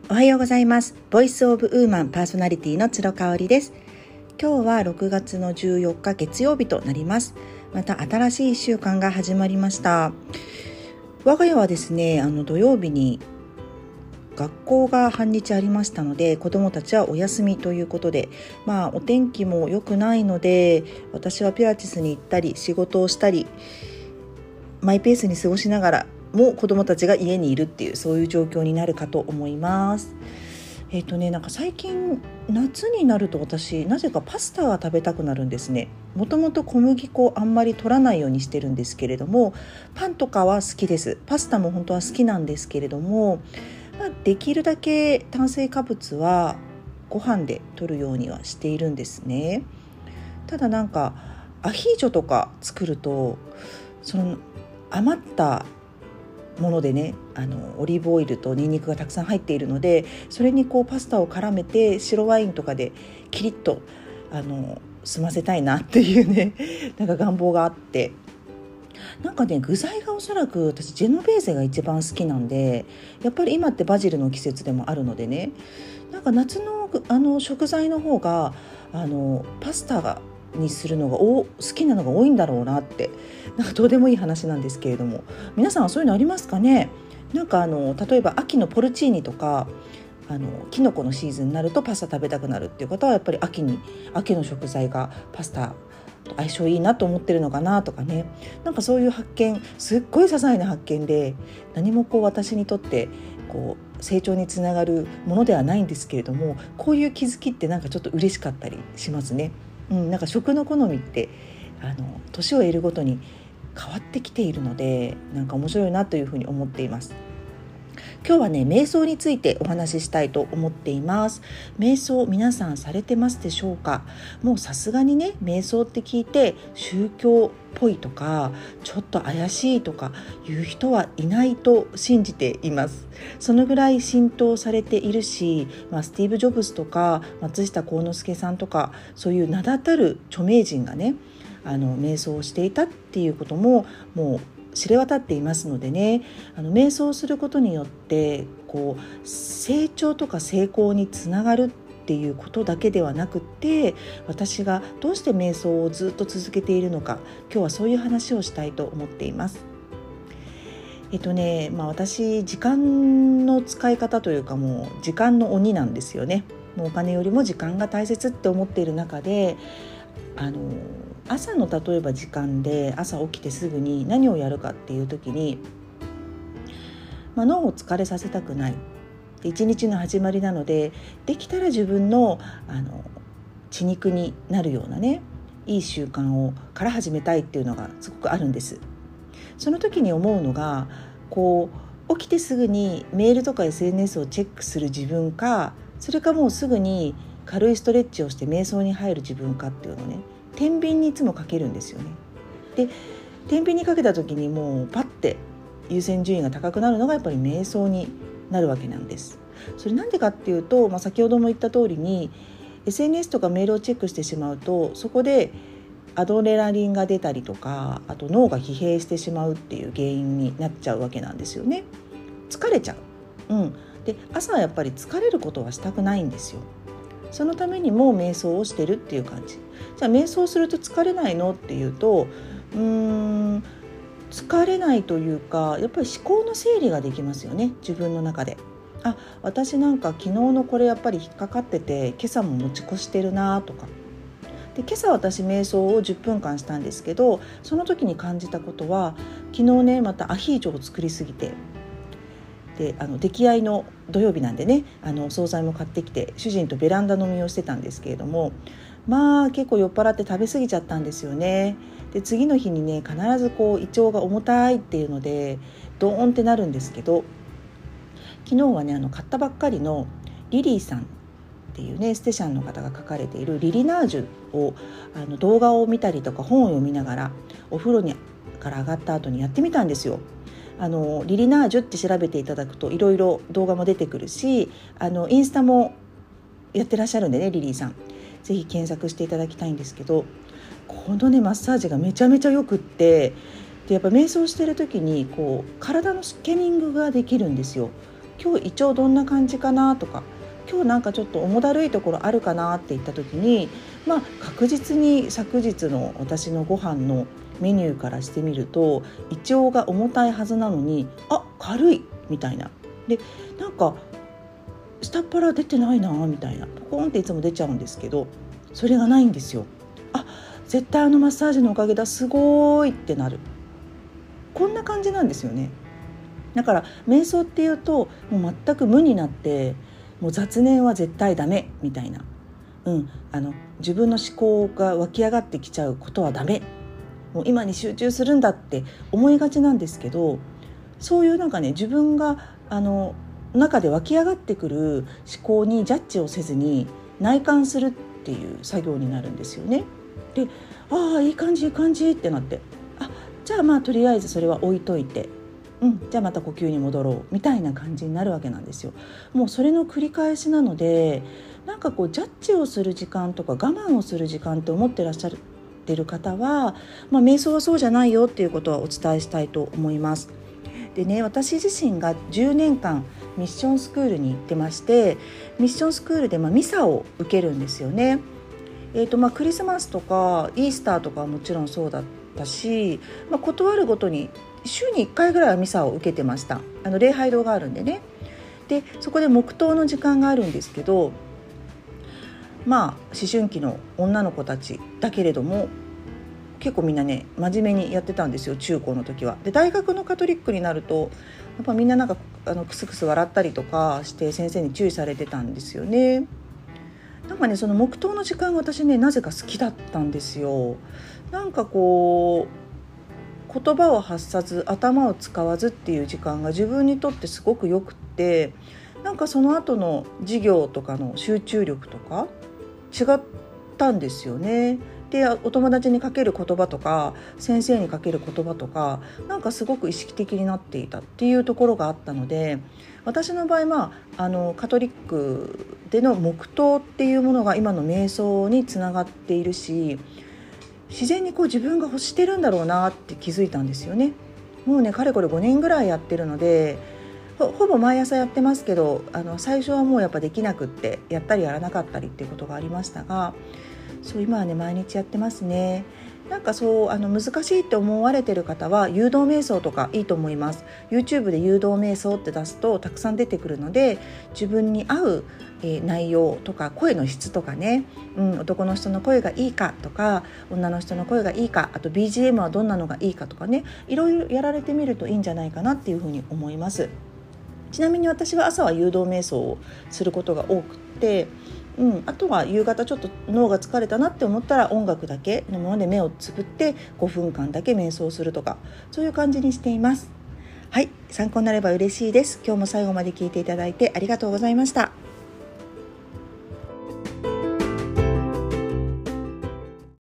おはようございます。ボイスオブウーマンパーソナリティの鶴香織です。今日は6月の14日月曜日となります。また新しい1週間が始まりました。我が家はですね、土曜日に学校が半日ありましたので、子どもたちはお休みということで、お天気も良くないので、私はピラティスに行ったり仕事をしたり、マイペースに過ごしながらも子どもたちが家にいるっていう、そういう状況になるかと思います。なんか最近夏になると私なぜかパスタが食べたくなるんですね。もともと小麦粉あんまり取らないようにしてるんですけれども、パンとかは好きです。パスタも本当は好きなんですけれども、できるだけ炭水化物はご飯で取るようにはしているんですね。ただなんかアヒージョとか作ると、その余ったものでね、オリーブオイルとニンニクがたくさん入っているので、それにパスタを絡めて白ワインとかでキリッと済ませたいなっていうねなんか願望があって、なんかね、具材がおそらく私ジェノベーゼが一番好きなんで、やっぱり今ってバジルの季節でもあるのでね、なんか夏の食材の方がパスタにするのが好きなのが多いんだろうなって、なんかどうでもいい話なんですけれども、皆さんはそういうのありますかね。なんか例えば秋のポルチーニとかキノコのシーズンになるとパスタ食べたくなるっていう方は、やっぱり秋の食材がパスタと相性いいなと思ってるのかなとかね、なんかそういう発見、すっごい些細な発見で、何も私にとって成長につながるものではないんですけれども、こういう気づきってなんかちょっと嬉しかったりしますね。なんか食の好みって年を得るごとに変わってきているので、なんか面白いなというふうに思っています。今日はね、瞑想についてお話ししたいと思っています。瞑想皆さんされてますでしょうか。もうさすがにね、瞑想って聞いて宗教っぽいとかちょっと怪しいとかいう人はいないと信じています。そのぐらい浸透されているし、スティーブ・ジョブズとか松下幸之助さんとか、そういう名だたる著名人がね、瞑想をしていたっていうことももう知れ渡っていますのでね、瞑想することによって成長とか成功につながるっていうことだけではなくて、私がどうして瞑想をずっと続けているのか、今日はそういう話をしたいと思っています。私時間の使い方というか、もう時間の鬼なんですよね。もうお金よりも時間が大切って思っている中で、朝の例えば時間で朝起きてすぐに何をやるかっていう時に、脳を疲れさせたくない、一日の始まりなので、できたら自分の血肉になるようなね、いい習慣から始めたいっていうのがすごくあるんです。その時に思うのが、起きてすぐにメールとか SNS をチェックする自分か、それかもうすぐに軽いストレッチをして瞑想に入る自分かっていうのをね、天秤にいつもかけるんですよね。で、天秤にかけた時にもうパッて優先順位が高くなるのがやっぱり瞑想になるわけなんです。それなんでかっていうと、先ほども言った通りに SNS とかメールをチェックしてしまうと、そこでアドレナリンが出たりとか、あと脳が疲弊してしまうっていう原因になっちゃうわけなんですよね。疲れちゃう。で、朝はやっぱり疲れることはしたくないんですよ。そのためにも瞑想をしてるっていう感じ。じゃあ瞑想すると疲れないのっていうと、疲れないというか、やっぱり思考の整理ができますよね、自分の中で。私なんか昨日のこれやっぱり引っかかってて、今朝も持ち越してるなとか。で、今朝私瞑想を10分間したんですけど、その時に感じたことは、昨日ね、またアヒージョを作りすぎて、で出来合いの土曜日なんでね、お惣菜も買ってきて主人とベランダ飲みをしてたんですけれども、結構酔っ払って食べ過ぎちゃったんですよね。で、次の日にね、必ず胃腸が重たいっていうのでドーンってなるんですけど、昨日はね、買ったばっかりのリリーさんっていうね、エステシャンの方が書かれているリリナージュを動画を見たりとか本を読みながらお風呂から上がった後にやってみたんですよ。リリナージュって調べていただくといろいろ動画も出てくるし、インスタもやってらっしゃるんでね、リリーさんぜひ検索していただきたいんですけど、このねマッサージがめちゃめちゃよくって、でやっぱ瞑想してる時に体のスキャニングができるんですよ。 今日胃腸どんな感じかなとか、今日なんかちょっと重だるいところあるかなって言った時に、確実に昨日の私のご飯のメニューからしてみると胃腸が重たいはずなのに軽いみたいな、でなんか下っ腹出てないなみたいな、ポコンっていつも出ちゃうんですけど、それがないんですよ。絶対マッサージのおかげだ、すごいってなる、こんな感じなんですよね。だから瞑想っていうともう全く無になって、もう雑念は絶対ダメみたいな、自分の思考が湧き上がってきちゃうことはダメ、もう今に集中するんだって思いがちなんですけど、そういう自分が中で湧き上がってくる思考にジャッジをせずに内観するっていう作業になるんですよね。で、いい感じいい感じってなって、じゃあとりあえずそれは置いといて、じゃあまた呼吸に戻ろうみたいな感じになるわけなんですよ。もうそれの繰り返しなので、ジャッジをする時間とか我慢をする時間って思ってらっしゃってる方は、瞑想はそうじゃないよっていうことはお伝えしたいと思います。でね、私自身が10年間ミッションスクールに行ってまして、ミッションスクールでミサを受けるんですよね。クリスマスとかイースターとかはもちろんそうだったし、断るごとに週に1回ぐらいはミサを受けてました。礼拝堂があるんでね。でそこで黙祷の時間があるんですけど、思春期の女の子たちだけれども結構みんなね真面目にやってたんですよ、中高の時は。で大学のカトリックになるとやっぱみんなクスクス笑ったりとかして先生に注意されてたんですよね。その黙祷の時間私ねなぜか好きだったんですよ。言葉を発さず頭を使わずっていう時間が自分にとってすごくよくって、その後の授業とかの集中力とか違ったんですよね。でお友達にかける言葉とか先生にかける言葉とかすごく意識的になっていたっていうところがあったので、私の場合カトリックでの黙祷っていうものが今の瞑想につながっているし、自然に自分が欲してるんだろうなって気づいたんですよね。もうねかれこれ5年ぐらいやってるので、ほぼ毎朝やってますけど、最初はもうやっぱできなくってやったりやらなかったりっていうことがありましたが、そう今はね毎日やってますね。難しいって思われてる方は誘導瞑想とかいいと思います。 YouTube で誘導瞑想って出すとたくさん出てくるので、自分に合う内容とか声の質とかね、男の人の声がいいかとか女の人の声がいいか、あと BGM はどんなのがいいかとかね、いろいろやられてみるといいんじゃないかなっていうふうに思います。ちなみに私は朝は誘導瞑想をすることが多くて、あとは夕方ちょっと脳が疲れたなって思ったら音楽だけのもので目をつぶって5分間だけ瞑想するとか、そういう感じにしています。はい、参考になれば嬉しいです。今日も最後まで聞いていただいてありがとうございました。